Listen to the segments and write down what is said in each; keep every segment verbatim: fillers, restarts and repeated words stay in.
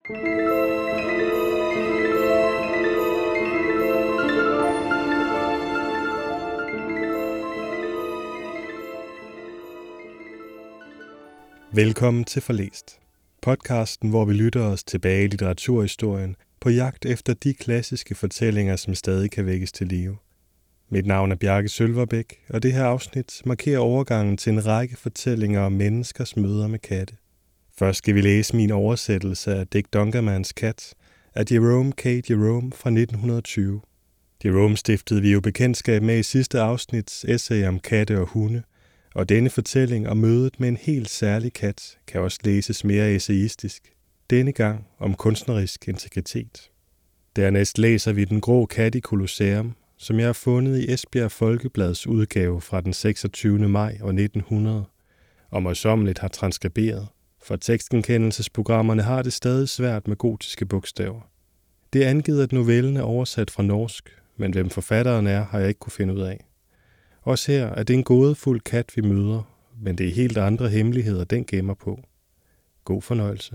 Velkommen til Forlæst, podcasten, hvor vi lytter os tilbage i litteraturhistorien på jagt efter de klassiske fortællinger, som stadig kan vækkes til live. Mit navn er Bjarke Sølverbæk, og det her afsnit markerer overgangen til en række fortællinger om menneskers møder med katte. Først skal vi læse min oversættelse af Dick Dunkermans Kat af Jerome K. Jerome fra nitten tyve. Jerome stiftede vi jo bekendtskab med i sidste afsnits essay om katte og hunde, og denne fortælling om mødet med en helt særlig kat kan også læses mere essayistisk, denne gang om kunstnerisk integritet. Dernæst læser vi Den grå kat i Colosseum, som jeg har fundet i Esbjerg Folkeblads udgave fra den seksogtyvende maj år nitten hundrede, og møjsommeligt har transkriberet, for tekstgenkendelsesprogrammerne har det stadig svært med gotiske bogstaver. Det er angivet, at novellen er oversat fra norsk, men hvem forfatteren er, har jeg ikke kunne finde ud af. Også her er det en gådefuld kat, vi møder, men det er helt andre hemmeligheder, den gemmer på. God fornøjelse.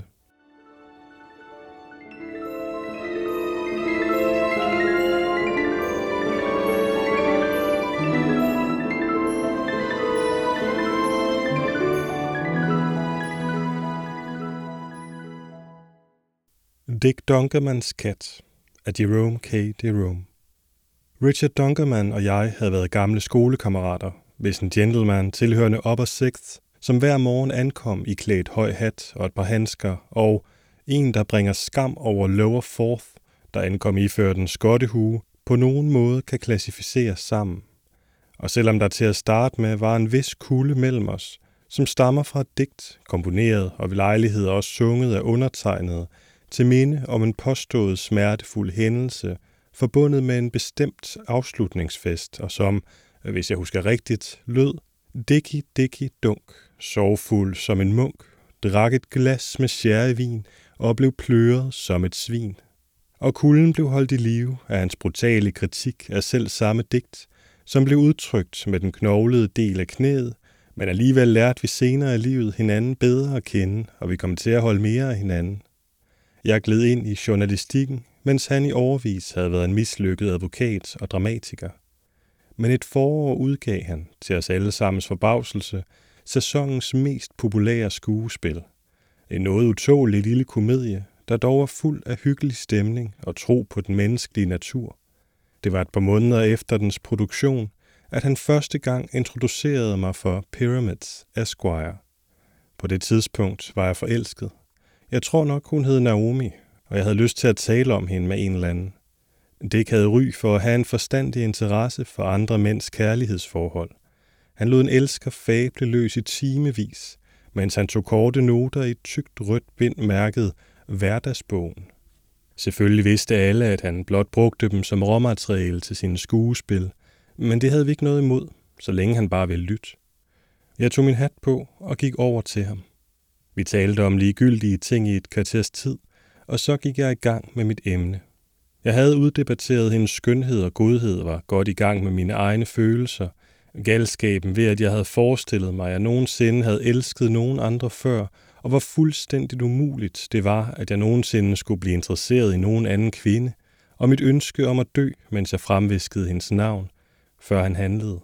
Dick Dunkermans Kat af Jerome K. Jerome. Richard Dunkerman og jeg havde været gamle skolekammerater, hvis en gentleman tilhørende Upper Sixth, som hver morgen ankom i klædt høj hat og et par handsker, og en, der bringer skam over Lower Fourth, der ankom iført en skottehue, på nogen måde kan klassificeres sammen. Og selvom der til at starte med var en vis kulde mellem os, som stammer fra et digt, komponeret og ved lejlighed også sunget af undertegnede, til minde om en påstået smertefuld hændelse, forbundet med en bestemt afslutningsfest, og som, hvis jeg husker rigtigt, lød: Dickie, Dickie, dunk, sorgfuld som en munk, drak et glas med sherryvin og blev pløret som et svin. Og kulden blev holdt i live af hans brutale kritik af selv samme digt, som blev udtrykt med den knoglede del af knæet, men alligevel lærte vi senere i livet hinanden bedre at kende, og vi kom til at holde mere af hinanden. Jeg gled ind i journalistikken, mens han i årevis havde været en mislykket advokat og dramatiker. Men et forår udgav han, til os allesammens forbavselse, sæsonens mest populære skuespil. En noget utålig lille komedie, der dog var fuld af hyggelig stemning og tro på den menneskelige natur. Det var et par måneder efter dens produktion, at han første gang introducerede mig for Pyramids Esquire. På det tidspunkt var jeg forelsket. Jeg tror nok, hun hed Naomi, og jeg havde lyst til at tale om hende med en eller anden. Dick havde ry for at have en forstandig interesse for andre mænds kærlighedsforhold. Han lod en elsker fable løs i timevis, mens han tog korte noter i et tykt rødt bind mærket Hverdagsbogen. Selvfølgelig vidste alle, at han blot brugte dem som råmateriale til sine skuespil, men det havde vi ikke noget imod, så længe han bare ville lytte. Jeg tog min hat på og gik over til ham. Vi talte om ligegyldige ting i et kvarters tid, og så gik jeg i gang med mit emne. Jeg havde uddebatteret hendes skønhed og godhed, var godt i gang med mine egne følelser, galskaben ved, at jeg havde forestillet mig, at jeg nogensinde havde elsket nogen andre før, og hvor fuldstændigt umuligt det var, at jeg nogensinde skulle blive interesseret i nogen anden kvinde, og mit ønske om at dø, mens jeg fremviskede hendes navn, før han handlede.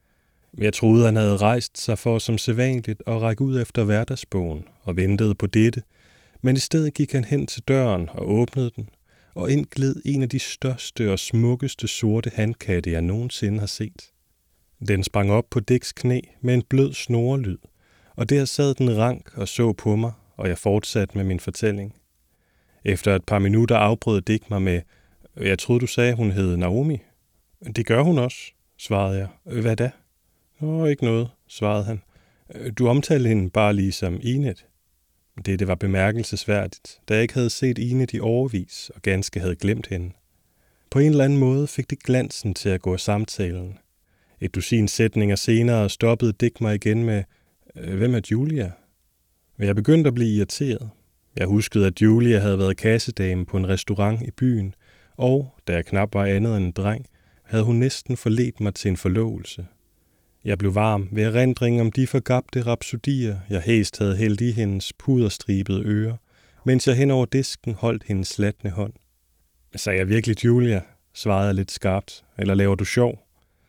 Jeg troede, han havde rejst sig for som sædvanligt at række ud efter hverdagsbogen og ventede på dette, men i stedet gik han hen til døren og åbnede den, og ind gled en af de største og smukkeste sorte handkatte, jeg nogensinde har set. Den sprang op på Dicks knæ med en blød snorelyd, og der sad den rank og så på mig, og jeg fortsatte med min fortælling. Efter et par minutter afbrød Dick mig med: Jeg troede, du sagde, hun hed Naomi. Det gør hun også, svarede jeg. Hvad da? Nå, ikke noget, svarede han. Du omtalte hende bare lige som Enid. Det, det var bemærkelsesværdigt, da jeg ikke havde set Enid i årevis og ganske havde glemt hende. På en eller anden måde fik det glansen til at gå af samtalen. Et dusin sætninger senere stoppede Dick mig igen med: Hvem er Julia? Men jeg begyndte at blive irriteret. Jeg huskede, at Julia havde været kassedame på en restaurant i byen, og, da jeg knap var andet end en dreng, havde hun næsten forledt mig til en forlovelse. Jeg blev varm ved erindringen om de forgabte rapsodier, jeg hæst havde hældt i hendes puderstribede ører, mens jeg hen over disken holdt hendes slatne hånd. Sagde jeg virkelig Julia, svarede jeg lidt skarpt, eller laver du sjov?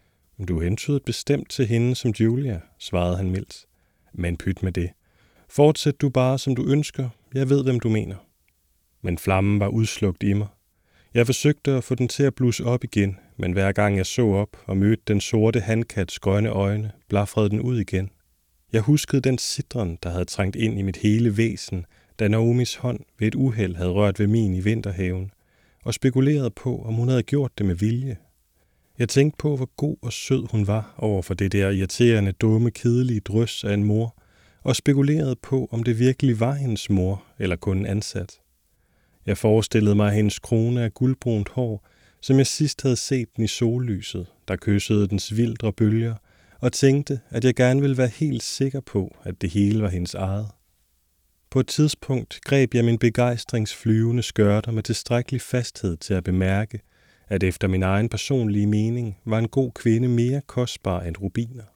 Du hentydede bestemt til hende som Julia, svarede han mildt. Men pyt med det. Fortsæt du bare, som du ønsker. Jeg ved, hvem du mener. Men flammen var udslugt i mig. Jeg forsøgte at få den til at blusse op igen, men hver gang jeg så op og mødte den sorte handkats grønne øjne, blafrede den ud igen. Jeg huskede den sidren, der havde trængt ind i mit hele væsen, da Naomis hånd ved et uheld havde rørt ved min i vinterhaven, og spekulerede på, om hun havde gjort det med vilje. Jeg tænkte på, hvor god og sød hun var over for det der irriterende, dumme, kedelige drøs af en mor, og spekulerede på, om det virkelig var hendes mor eller kun en ansat. Jeg forestillede mig hendes krone af guldbrunt hår, som jeg sidst havde set den i sollyset, der kyssede dens vildre bølger, og tænkte, at jeg gerne ville være helt sikker på, at det hele var hendes eget. På et tidspunkt greb jeg min begejstringsflyvende skørter med tilstrækkelig fasthed til at bemærke, at efter min egen personlige mening var en god kvinde mere kostbar end rubiner.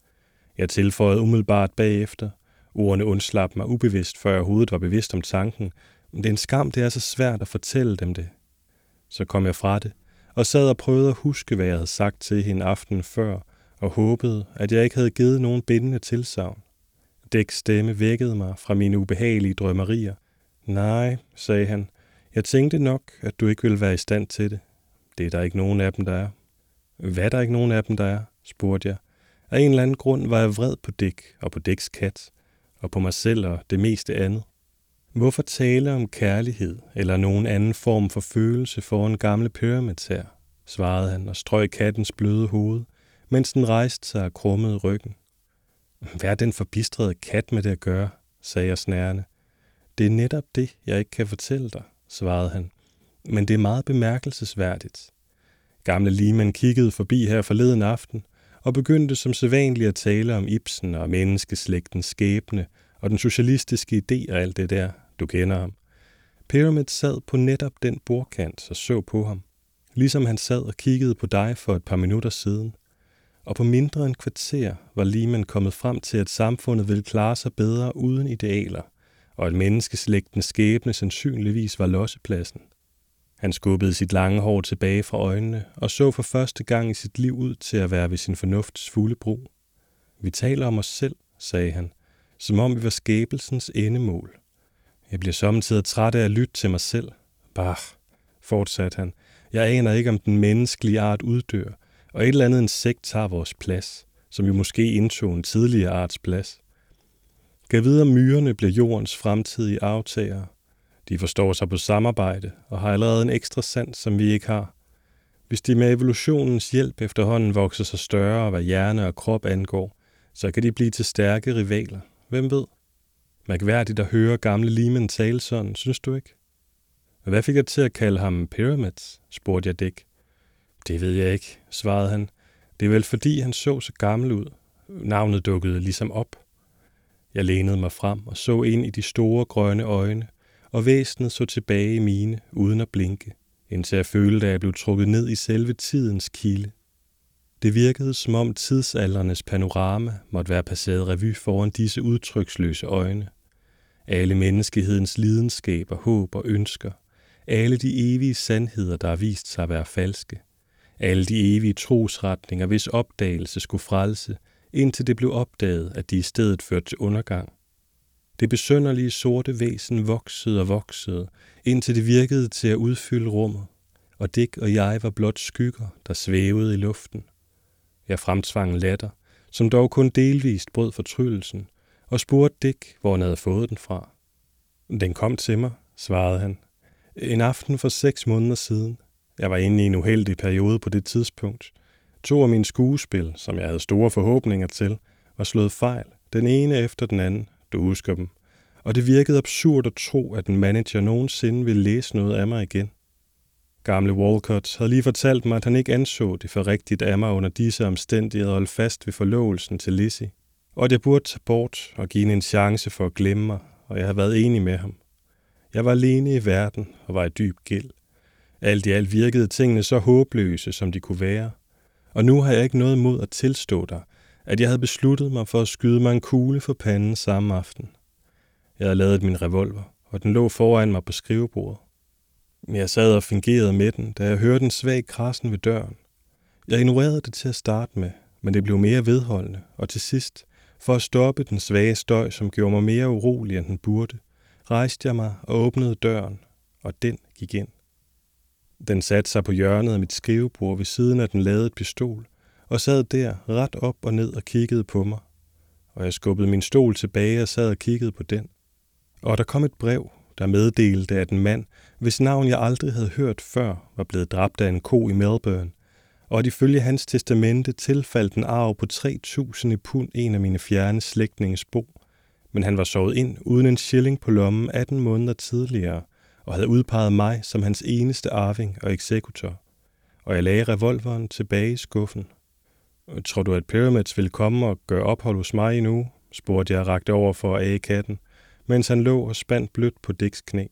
Jeg tilføjede umiddelbart bagefter. Ordene undslap mig ubevidst, før jeg overhovedet var bevidst om tanken, men det er en skam, det er så svært at fortælle dem det. Så kom jeg fra det, og sad og prøvede at huske, hvad jeg havde sagt til hende aftenen før, og håbede, at jeg ikke havde givet nogen bindende tilsagn. Dæks stemme vækkede mig fra mine ubehagelige drømmerier. Nej, sagde han, jeg tænkte nok, at du ikke ville være i stand til det. Det er der ikke nogen af dem, der er. Hvad er der ikke nogen af dem, der er? Spurgte jeg. Af en eller anden grund var jeg vred på Dick og på Dicks kat, og på mig selv og det meste andet. Hvorfor tale om kærlighed eller nogen anden form for følelse for en gamle pyramid her, svarede han og strøg kattens bløde hoved, mens den rejste sig og krummede ryggen. Hvad er den forbistrede kat med det at gøre, sagde jeg snærende. Det er netop det, jeg ikke kan fortælle dig, svarede han, men det er meget bemærkelsesværdigt. Gamle Lehman kiggede forbi her forleden aften og begyndte som sædvanligt at tale om Ibsen og menneskeslægtens skæbne og den socialistiske idé og alt det der, du kender ham. Pyramid sad på netop den bordkant og så på ham, ligesom han sad og kiggede på dig for et par minutter siden. Og på mindre end kvarter var Lehman kommet frem til, at samfundet ville klare sig bedre uden idealer, og at menneskeslægtens skæbne sandsynligvis var lossepladsen. Han skubbede sit lange hår tilbage fra øjnene og så for første gang i sit liv ud til at være ved sin fornufts fulde brug. Vi taler om os selv, sagde han, som om vi var skabelsens endemål. Jeg bliver sommetider træt af at lytte til mig selv. Bah, fortsatte han, jeg aner ikke, om den menneskelige art uddør, og et eller andet insekt tager vores plads, som vi måske indtog en tidligere arts plads. Gav videre myrerne bliver jordens fremtidige aftagere. De forstår sig på samarbejde og har allerede en ekstra sans, som vi ikke har. Hvis de med evolutionens hjælp efterhånden vokser sig større, hvad hjerne og krop angår, så kan de blive til stærke rivaler. Hvem ved? Mærkværdigt at høre gamle Lehman tale sådan, synes du ikke? Hvad fik jeg til at kalde ham Pyramids? Spurgte jeg Dick. Det ved jeg ikke, svarede han. Det er vel fordi, han så så gammel ud. Navnet dukkede ligesom op. Jeg lænede mig frem og så ind i de store grønne øjne, og væsenet så tilbage i mine, uden at blinke, indtil jeg følte, at jeg blev trukket ned i selve tidens kilde. Det virkede, som om tidsaldernes panorama måtte være passeret revy foran disse udtryksløse øjne. Alle menneskehedens lidenskaber, håb og ønsker. Alle de evige sandheder, der har vist sig at være falske. Alle de evige trosretninger, hvis opdagelse skulle frelse, indtil det blev opdaget, at de i stedet førte til undergang. Det besynderlige sorte væsen voksede og voksede, indtil det virkede til at udfylde rummet, og Dick og jeg var blot skygger, der svævede i luften. Jeg fremtvang latter, som dog kun delvist brød fortryllelsen, og spurgte Dick, hvor han havde fået den fra. Den kom til mig, svarede han. En aften for seks måneder siden. Jeg var inde i en uheldig periode på det tidspunkt. To af mine skuespil, som jeg havde store forhåbninger til, var slået fejl, den ene efter den anden, du husker dem. Og det virkede absurd at tro, at en manager nogensinde ville læse noget af mig igen. Gamle Walcott havde lige fortalt mig, at han ikke anså det for rigtigt af mig under disse omstændigheder at holde fast ved forlovelsen til Lizzie, og at jeg burde tage bort og give hende en chance for at glemme mig, og jeg havde været enig med ham. Jeg var alene i verden og var i dyb gæld. Alt i alt virkede tingene så håbløse, som de kunne være, og nu har jeg ikke noget imod at tilstå dig, at jeg havde besluttet mig for at skyde mig en kugle for panden samme aften. Jeg havde lavet min revolver, og den lå foran mig på skrivebordet. Jeg sad og fingerede med den, da jeg hørte en svag krassen ved døren. Jeg ignorerede det til at starte med, men det blev mere vedholdende, og til sidst, for at stoppe den svage støj, som gjorde mig mere urolig end den burde, rejste jeg mig og åbnede døren, og den gik ind. Den satte sig på hjørnet af mit skrivebord ved siden af den ladede pistol, og sad der ret op og ned og kiggede på mig. Og jeg skubbede min stol tilbage og sad og kiggede på den. Og der kom et brev, der meddelte, at en mand, hvis navn jeg aldrig havde hørt før, var blevet dræbt af en ko i Melbourne, og at ifølge hans testamente tilfaldt en arv på tre tusind i pund en af mine fjerne slægtninges bo, men han var sovet ind uden en shilling på lommen atten måneder tidligere, og havde udpeget mig som hans eneste arving og eksekutor, og jeg lagde revolveren tilbage i skuffen. Tror du, at Pyramids ville komme og gøre ophold hos mig endnu? Spurgte jeg rakte over for at æge katten, mens han lå og spændt blødt på Dicks knæ.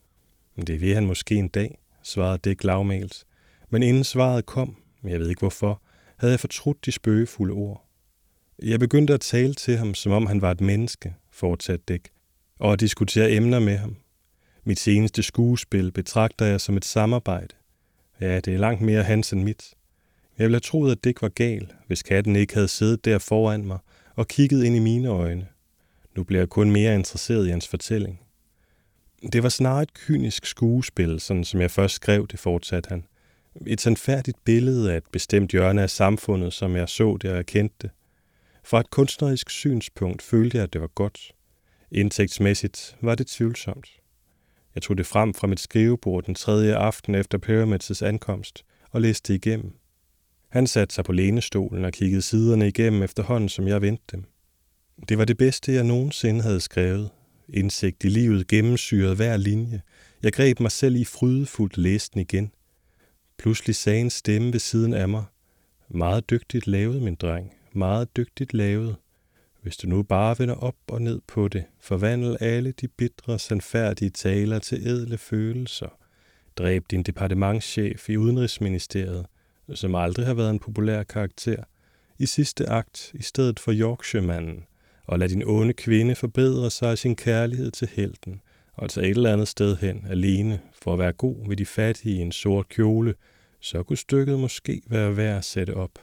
Det vil han måske en dag, svarede Dick lavmælt, men inden svaret kom, jeg ved ikke hvorfor, havde jeg fortrudt de spøgefulde ord. Jeg begyndte at tale til ham, som om han var et menneske, fortsatte Dick, og at diskutere emner med ham. Mit seneste skuespil betragter jeg som et samarbejde. Ja, det er langt mere hans end mit. Jeg ville have troet, at Dick var gal, hvis katten ikke havde siddet der foran mig og kigget ind i mine øjne. Nu bliver jeg kun mere interesseret i hans fortælling. Det var snarere et kynisk skuespil, sådan som jeg først skrev det, fortsatte han. Et sandfærdigt billede af et bestemt hjørne af samfundet, som jeg så det og jeg kendte det. Fra et kunstnerisk synspunkt følte jeg, at det var godt. Indtægtsmæssigt var det tvivlsomt. Jeg tog det frem fra mit skrivebord den tredje aften efter Pyramids' ankomst og læste det igennem. Han satte sig på lænestolen og kiggede siderne igennem efterhånden, som jeg vendte dem. Det var det bedste, jeg nogensinde havde skrevet. Indsigt i livet gennemsyrede hver linje. Jeg greb mig selv i frydefuldt læsten igen. Pludselig sagde en stemme ved siden af mig. Meget dygtigt lavet, min dreng. Meget dygtigt lavet. Hvis du nu bare vender op og ned på det, forvandl alle de bitre, sandfærdige taler til ædle følelser. Dræb din departementschef i Udenrigsministeriet, som aldrig har været en populær karakter, i sidste akt i stedet for Yorkshire-manden, og lad din onde kvinde forbedre sig af sin kærlighed til helten, og tage et eller andet sted hen alene for at være god ved de fattige i en sort kjole, så kunne stykket måske være værd at sætte op.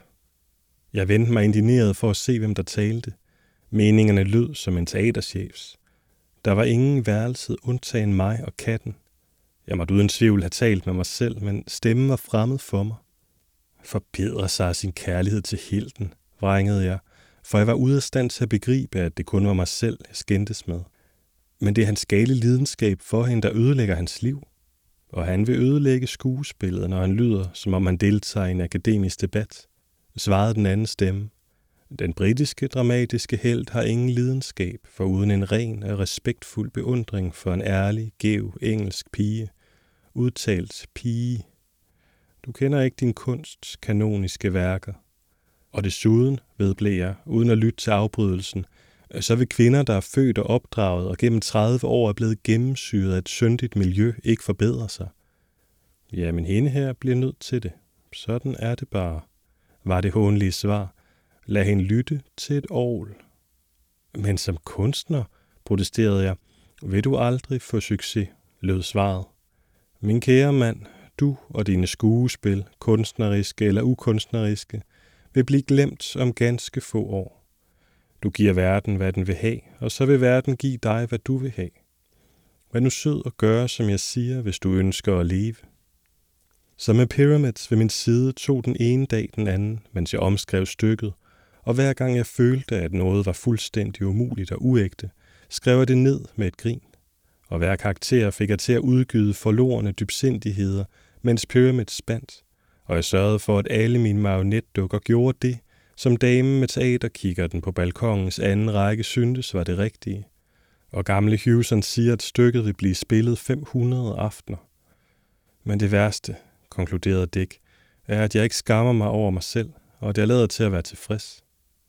Jeg vendte mig indigneret for at se, hvem der talte. Meningerne lød som en teaterchefs. Der var ingen i værelset undtagen mig og katten. Jeg måtte uden tvivl have talt med mig selv, men stemmen var fremmed for mig. Forbedre sig af sin kærlighed til helten, vrængede jeg, for jeg var ude af stand til at begribe, at det kun var mig selv, jeg skændtes med. Men det er hans gale lidenskab for hende, der ødelægger hans liv. Og han vil ødelægge skuespillet, når han lyder, som om han deltager i en akademisk debat, svarede den anden stemme. Den britiske dramatiske helt har ingen lidenskab, for uden en ren og respektfuld beundring for en ærlig, gæv, engelsk pige. Udtalt pige. Du kender ikke din kunsts kanoniske værker. Og desuden, vedblev jeg, uden at lytte til afbrydelsen, så vil kvinder, der er født og opdraget og gennem tredive år er blevet gennemsyret af et syndigt miljø, ikke forbedre sig. Jamen hende her bliver nødt til det. Sådan er det bare, var det hånlige svar. Lad hende lytte til et orgel. Men som kunstner, protesterede jeg, vil du aldrig få succes, lød svaret. Min kære mand, du og dine skuespil, kunstneriske eller ukunstneriske, vil blive glemt om ganske få år. Du giver verden, hvad den vil have, og så vil verden give dig, hvad du vil have. Vær nu sød og gør, som jeg siger, hvis du ønsker at leve. Så med Pyramids ved min side tog den ene dag den anden, mens jeg omskrev stykket, og hver gang jeg følte, at noget var fuldstændig umuligt og uægte, skrev jeg det ned med et grin. Og hver karakter fik jeg til at udgyde forlorne dybsindigheder, mens Pyramids spandt, og jeg sørgede for, at alle mine marionetdukker gjorde det, som damen med teaterkikkerten på balkongens anden række syntes var det rigtige. Og gamle Hewson siger, at stykket vil blive spillet fem hundrede aftener. Men det værste, konkluderede Dick, er, at jeg ikke skammer mig over mig selv, og at jeg lader til at være tilfreds.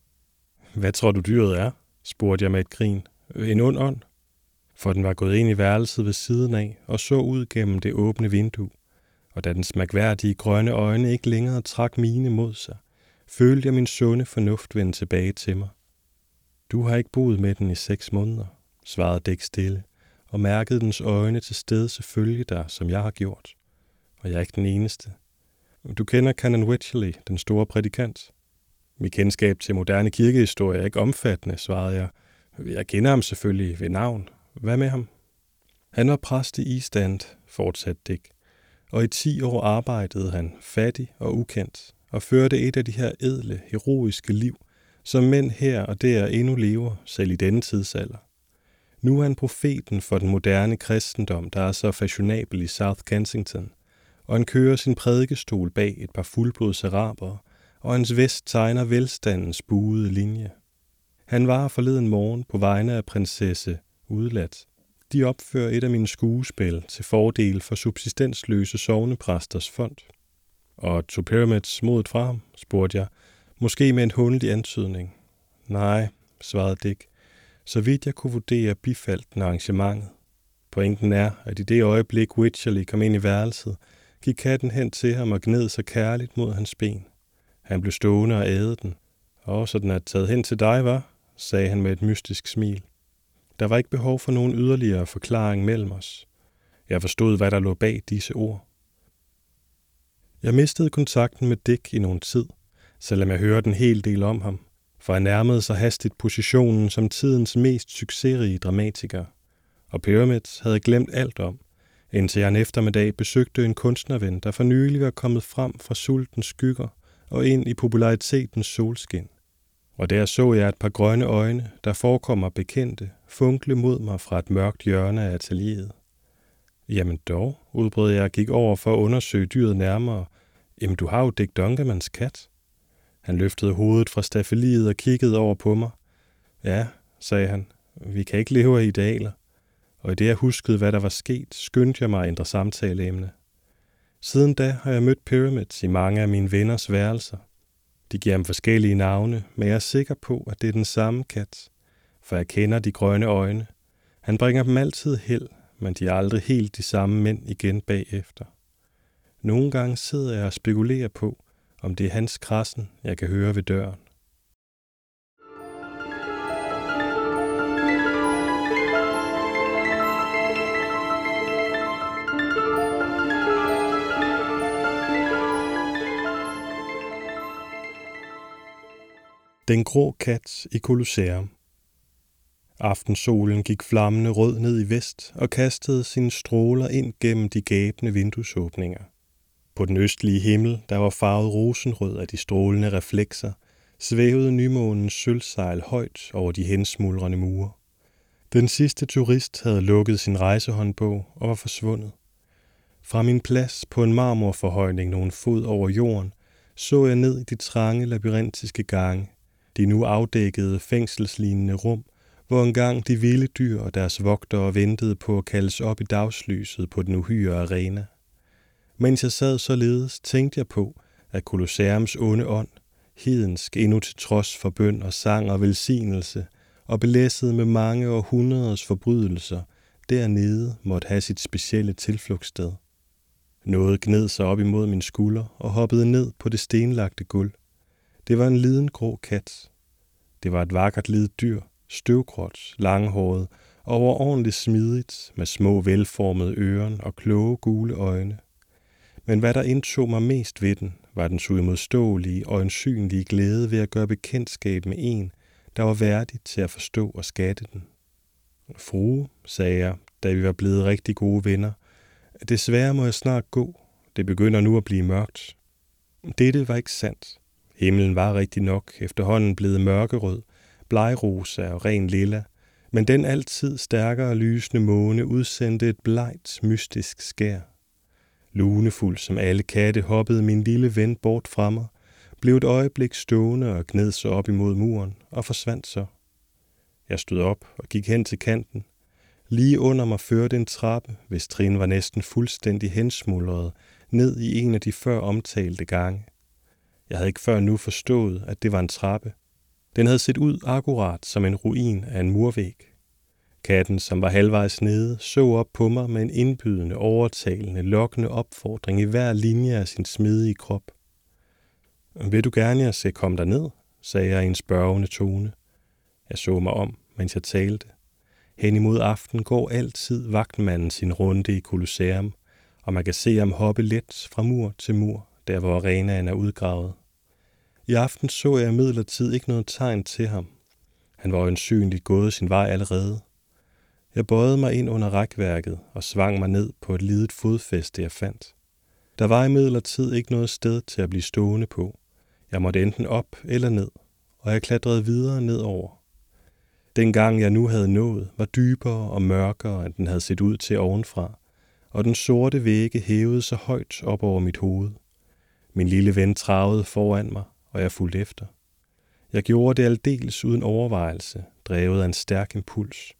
Hvad tror du dyret er? Spurgte jeg med et grin. En ond ånd? For den var gået ind i værelset ved siden af og så ud gennem det åbne vindue, og da dens mærkværdige grønne øjne ikke længere trak mine mod sig, følte jeg min sunde fornuft vende tilbage til mig. Du har ikke boet med den i seks måneder, svarede Dick stille, og mærkede dens øjne til stede selvfølgelig der, som jeg har gjort. Og jeg er ikke den eneste. Du kender Canon Wycherley, den store prædikant. Mit kendskab til moderne kirkehistorie er ikke omfattende, svarede jeg. Jeg kender ham selvfølgelig ved navn. Hvad med ham? Han var præst i East End, fortsatte Dick, og i ti år arbejdede han fattig og ukendt, og førte et af de her ædle, heroiske liv, som mænd her og der endnu lever, selv i denne tidsalder. Nu er han profeten for den moderne kristendom, der er så fashionabel i South Kensington, og han kører sin prædikestol bag et par fuldblods arabere, og hans vest tegner velstandens buede linje. Han var forleden morgen på vegne af prinsesse Udeladt. De opfører et af mine skuespil til fordel for subsistensløse sognepræsters fond. Og tog Pyramids modet fra ham, spurgte jeg, måske med en hundelig antydning. Nej, svarede Dick. Så vidt jeg kunne vurdere, bifaldt den arrangementet. Pointen er, at i det øjeblik Wycherley kom ind i værelset, gik katten hen til ham og gned sig kærligt mod hans ben. Han blev stående og æde den. Og så den er taget hen til dig, var, sagde han med et mystisk smil. Der var ikke behov for nogen yderligere forklaring mellem os. Jeg forstod, hvad der lå bag disse ord. Jeg mistede kontakten med Dick i nogen tid, selvom jeg hørte en hel del om ham, for han nærmede sig hastigt positionen som tidens mest succesrige dramatiker. Og Pyramids havde glemt alt om, indtil jeg en eftermiddag besøgte en kunstnerven, der for nylig var kommet frem fra sultens skygger og ind i popularitetens solskin. Og der så jeg et par grønne øjne, der forekommer bekendte, funkle mod mig fra et mørkt hjørne af atelieret. Jamen dog, udbrød jeg og gik over for at undersøge dyret nærmere. Jamen du har jo Dick Dunkermans kat. Han løftede hovedet fra staffeliet og kiggede over på mig. Ja, sagde han, vi kan ikke leve af idealer. Og i det jeg huskede, hvad der var sket, skyndte jeg mig at ændre samtaleemne. Siden da har jeg mødt Pyramids i mange af mine venners værelser. De giver ham forskellige navne, men jeg er sikker på, at det er den samme kat, for jeg kender de grønne øjne. Han bringer dem altid held, men de er aldrig helt de samme mænd igen bagefter. Nogle gange sidder jeg og spekulerer på, om det er hans krassen, jeg kan høre ved døren. Den grå kat i Colosseum. Aftensolen gik flammende rød ned i vest og kastede sine stråler ind gennem de gabende vinduesåbninger. På den østlige himmel, der var farvet rosenrød af de strålende reflekser, svævede nymånens sølvsejl højt over de hensmuldrende mure. Den sidste turist havde lukket sin rejsehåndbog og var forsvundet. Fra min plads på en marmorforhøjning nogle fod over jorden, så jeg ned i de trange labyrintiske gange, de nu afdækkede fængselslignende rum, hvor engang de vilde dyr og deres vogtere ventede på at kaldes op i dagslyset på den uhyre arena. Mens jeg sad således, tænkte jeg på, at Colosseums onde ånd, hedensk endnu til trods for bøn og sang og velsignelse, og belæsset med mange århundreders forbrydelser, dernede måtte have sit specielle tilflugtssted. Noget gned sig op imod min skulder og hoppede ned på det stenlagte gulv. Det var en liden grå kat. Det var et vakkert lille dyr, støvgråt, langhåret, og overordentligt smidigt, med små velformede ører og kloge gule øjne. Men hvad der indtog mig mest ved den, var dens uimodståelige og øjensynlige glæde ved at gøre bekendtskab med en, der var værdig til at forstå og skatte den. Frue, sagde jeg, da vi var blevet rigtig gode venner, desværre må jeg snart gå. Det begynder nu at blive mørkt. Dette var ikke sandt. Himlen var rigtig nok efterhånden blevet mørkerød, blegrosa og ren lilla, men den altid stærkere lysende måne udsendte et blegt, mystisk skær. Lunefuld som alle katte hoppede min lille ven bort fra mig, blev et øjeblik stående og gned sig op imod muren og forsvandt så. Jeg stod op og gik hen til kanten. Lige under mig førte en trappe, hvis trin var næsten fuldstændig hensmuldret, ned i en af de før omtalte gange. Jeg havde ikke før nu forstået, at det var en trappe. Den havde set ud akkurat som en ruin af en murvæg. Katten, som var halvvejs nede, så op på mig med en indbydende, overtalende, lokkende opfordring i hver linje af sin smidige krop. Vil du gerne, jeg skal komme derned, sagde jeg i en spørgende tone. Jeg så mig om, mens jeg talte. Hen imod aften går altid vagtmanden sin runde i Colosseum, og man kan se ham hoppe let fra mur til mur, der hvor arenaen er udgravet. I aften så jeg imidlertid ikke noget tegn til ham. Han var øjensynligt gået sin vej allerede. Jeg bøjede mig ind under rækværket og svang mig ned på et lidet fodfæste, jeg fandt. Der var imidlertid ikke noget sted til at blive stående på. Jeg måtte enten op eller ned, og jeg klatrede videre nedover. Den gang jeg nu havde nået, var dybere og mørkere, end den havde set ud til ovenfra, og den sorte vægge hævede sig højt op over mit hoved. Min lille ven travede foran mig, og jeg fulgte efter. Jeg gjorde det aldeles uden overvejelse, drevet af en stærk impuls.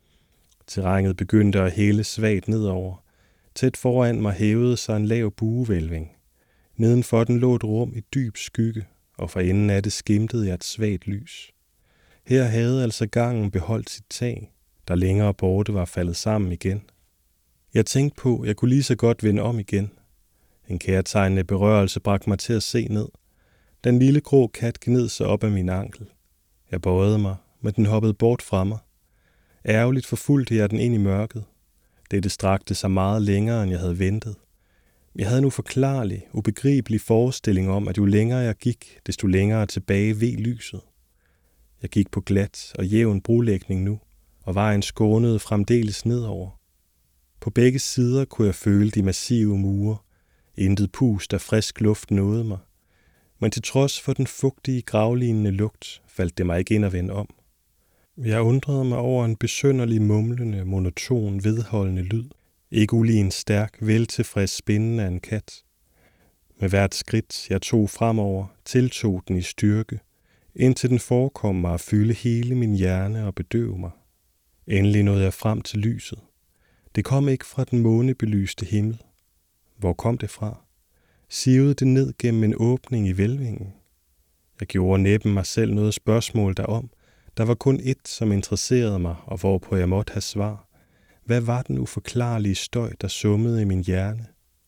Terrænet begyndte at hælde svagt nedover. Tæt foran mig hævede sig en lav buevælving. Nedenfor den lå et rum i dyb skygge, og for enden af det skimtede jeg et svagt lys. Her havde altså gangen beholdt sit tag, der længere borte var faldet sammen igen. Jeg tænkte på, at jeg kunne lige så godt vende om igen. En kærtegnende berørelse bragte mig til at se ned. Den lille grå kat gned sig op ad min ankel. Jeg bøjede mig, men den hoppede bort fra mig. Ærgerligt forfulgte jeg den ind i mørket. Dette strakte sig meget længere, end jeg havde ventet. Jeg havde nu forklarlig, ubegribelig forestilling om, at jo længere jeg gik, desto længere tilbage ved lyset. Jeg gik på glat og jævn brolægning nu, og vejen skånede fremdeles nedover. På begge sider kunne jeg føle de massive mure. Intet pust af frisk luft nåede mig. Men til trods for den fugtige, gravlignende lugt, faldt det mig ikke ind at vende om. Jeg undrede mig over en besynderlig, mumlende, monoton, vedholdende lyd. Ikke ulig en stærk, veltilfreds spinden af en kat. Med hvert skridt, jeg tog fremover, tiltog den i styrke, indtil den forekom mig at fylde hele min hjerne og bedøve mig. Endelig nåede jeg frem til lyset. Det kom ikke fra den månebelyste himmel. Hvor kom det fra? Sivede det ned gennem en åbning i hvælvingen? Jeg gjorde næppe mig selv noget spørgsmål derom. Der var kun ét, som interesserede mig, og hvorpå jeg måtte have svar. Hvad var den uforklarlige støj, der summede i min hjerne?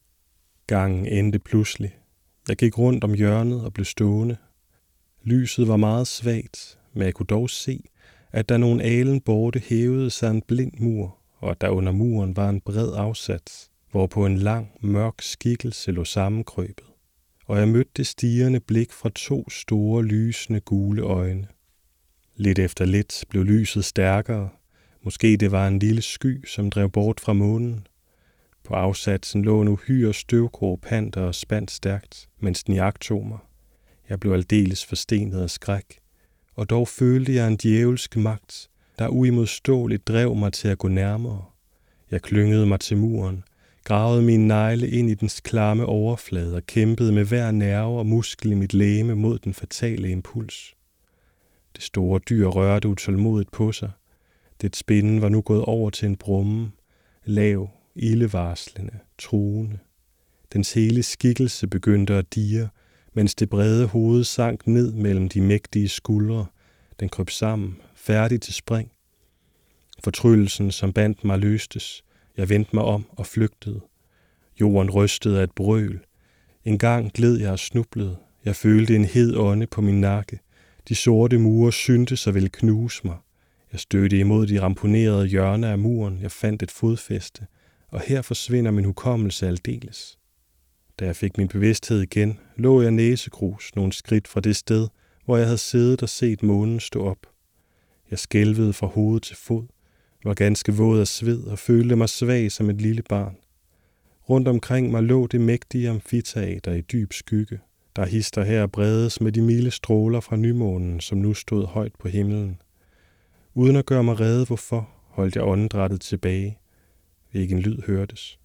Gangen endte pludselig. Jeg gik rundt om hjørnet og blev stående. Lyset var meget svagt, men jeg kunne dog se, at der nogle alen borte hævede sig en blind mur, og at der under muren var en bred afsats, hvorpå en lang, mørk skikkelse lå sammenkrøbet. Og jeg mødte det stirrende blik fra to store, lysende, gule øjne. Lidt efter lidt blev lyset stærkere. Måske det var en lille sky, som drev bort fra månen. På afsatsen lå en uhyre støvgrå panter og spandt stærkt, mens den jagtog mig. Jeg blev aldeles forstenet af skræk, og dog følte jeg en djævelsk magt, der uimodståeligt drev mig til at gå nærmere. Jeg klyngede mig til muren, gravede mine negle ind i dens klamme overflade og kæmpede med hver nerve og muskel i mit legeme mod den fatale impuls. Det store dyr rørte utålmodigt på sig. Det spinden var nu gået over til en brumme, lav, ildevarslende, truende. Dens hele skikkelse begyndte at dirre, mens det brede hoved sank ned mellem de mægtige skuldre. Den krøb sammen, færdig til spring. Fortryllelsen, som bandt mig, løstes. Jeg vendte mig om og flygtede. Jorden rystede af et brøl. En gang gled jeg og snublede. Jeg følte en hed ånde på min nakke. De sorte mure syntes og ville knuse mig. Jeg stødte imod de ramponerede hjørner af muren. Jeg fandt et fodfæste, og her forsvinder min hukommelse aldeles. Da jeg fik min bevidsthed igen, lå jeg næsegrus nogle skridt fra det sted, hvor jeg havde siddet og set månen stå op. Jeg skælvede fra hoved til fod, var ganske våd af sved og følte mig svag som et lille barn. Rundt omkring mig lå det mægtige amfiteater i dyb skygge, der hister her bredes med de milde stråler fra nymånen, som nu stod højt på himlen. Uden at gøre mig rede hvorfor, holdt jeg åndedrættet tilbage. Ikke en lyd hørtes.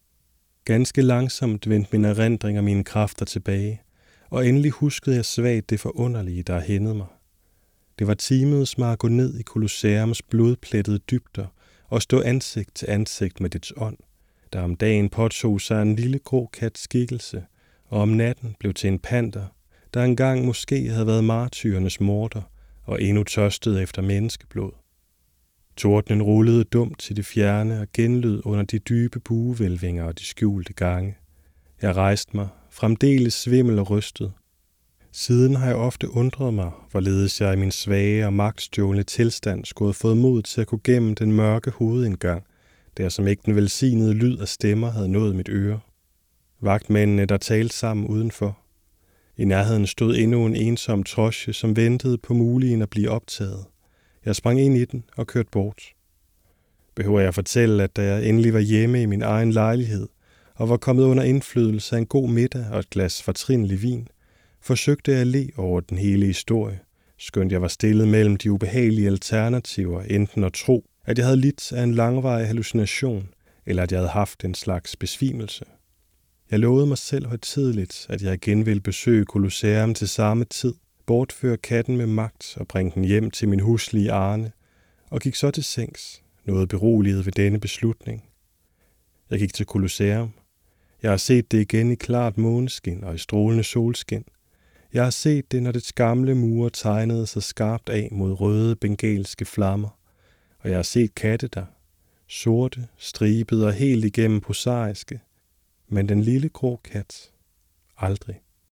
Ganske langsomt vendte mine erindringer og mine kræfter tilbage, og endelig huskede jeg svagt det forunderlige, der hændede mig. Det var timedes mig at gå ned i Colosseums blodplettede dybder og stå ansigt til ansigt med dets ånd, der om dagen påtog sig en lille grå kat skikkelse, og om natten blev til en panter, der engang måske havde været martyrernes morder og endnu tørstede efter menneskeblod. Tordenen rullede dumt til det fjerne og genlød under de dybe buevælvinger og de skjulte gange. Jeg rejste mig, fremdeles svimmel og rystet. Siden har jeg ofte undret mig, hvorledes jeg i min svage og magtstjålende tilstand skulle have fået mod til at gå gennem den mørke hovedindgang, der som ikke den velsignede lyd af stemmer havde nået mit øre. Vagtmændene, der talte sammen udenfor. I nærheden stod endnu en ensom trosje, som ventede på muligheden at blive optaget. Jeg sprang ind i den og kørte bort. Behøver jeg at fortælle, at da jeg endelig var hjemme i min egen lejlighed, og var kommet under indflydelse af en god middag og et glas fortrinlig vin, forsøgte jeg at le over den hele historie, skønt jeg var stillet mellem de ubehagelige alternativer, enten at tro, at jeg havde lidt af en langvarig hallucination, eller at jeg havde haft en slags besvimelse. Jeg lovede mig selv højtideligt, at jeg igen ville besøge Colosseum til samme tid, bortføre katten med magt og bringe den hjem til min huslige Arne, og gik så til sengs, noget beroliget ved denne beslutning. Jeg gik til Colosseum. Jeg har set det igen i klart måneskin og i strålende solskin. Jeg har set det, når dets gamle mure tegnede sig skarpt af mod røde bengalske flammer, og jeg har set katte der, sorte, stribede og helt igennem prosaiske, men den lille grå kat, aldrig.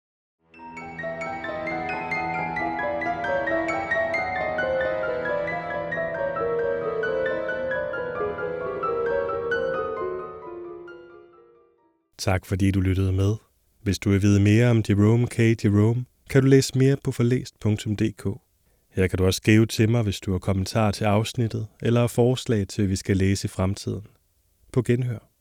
Tak fordi du lyttede med. Hvis du vil vide mere om Jerome K. Jerome, kan du læse mere på forlæst punktum d k. Her kan du også skrive til mig, hvis du har kommentarer til afsnittet, eller forslag til, hvad vi skal læse i fremtiden. På genhør.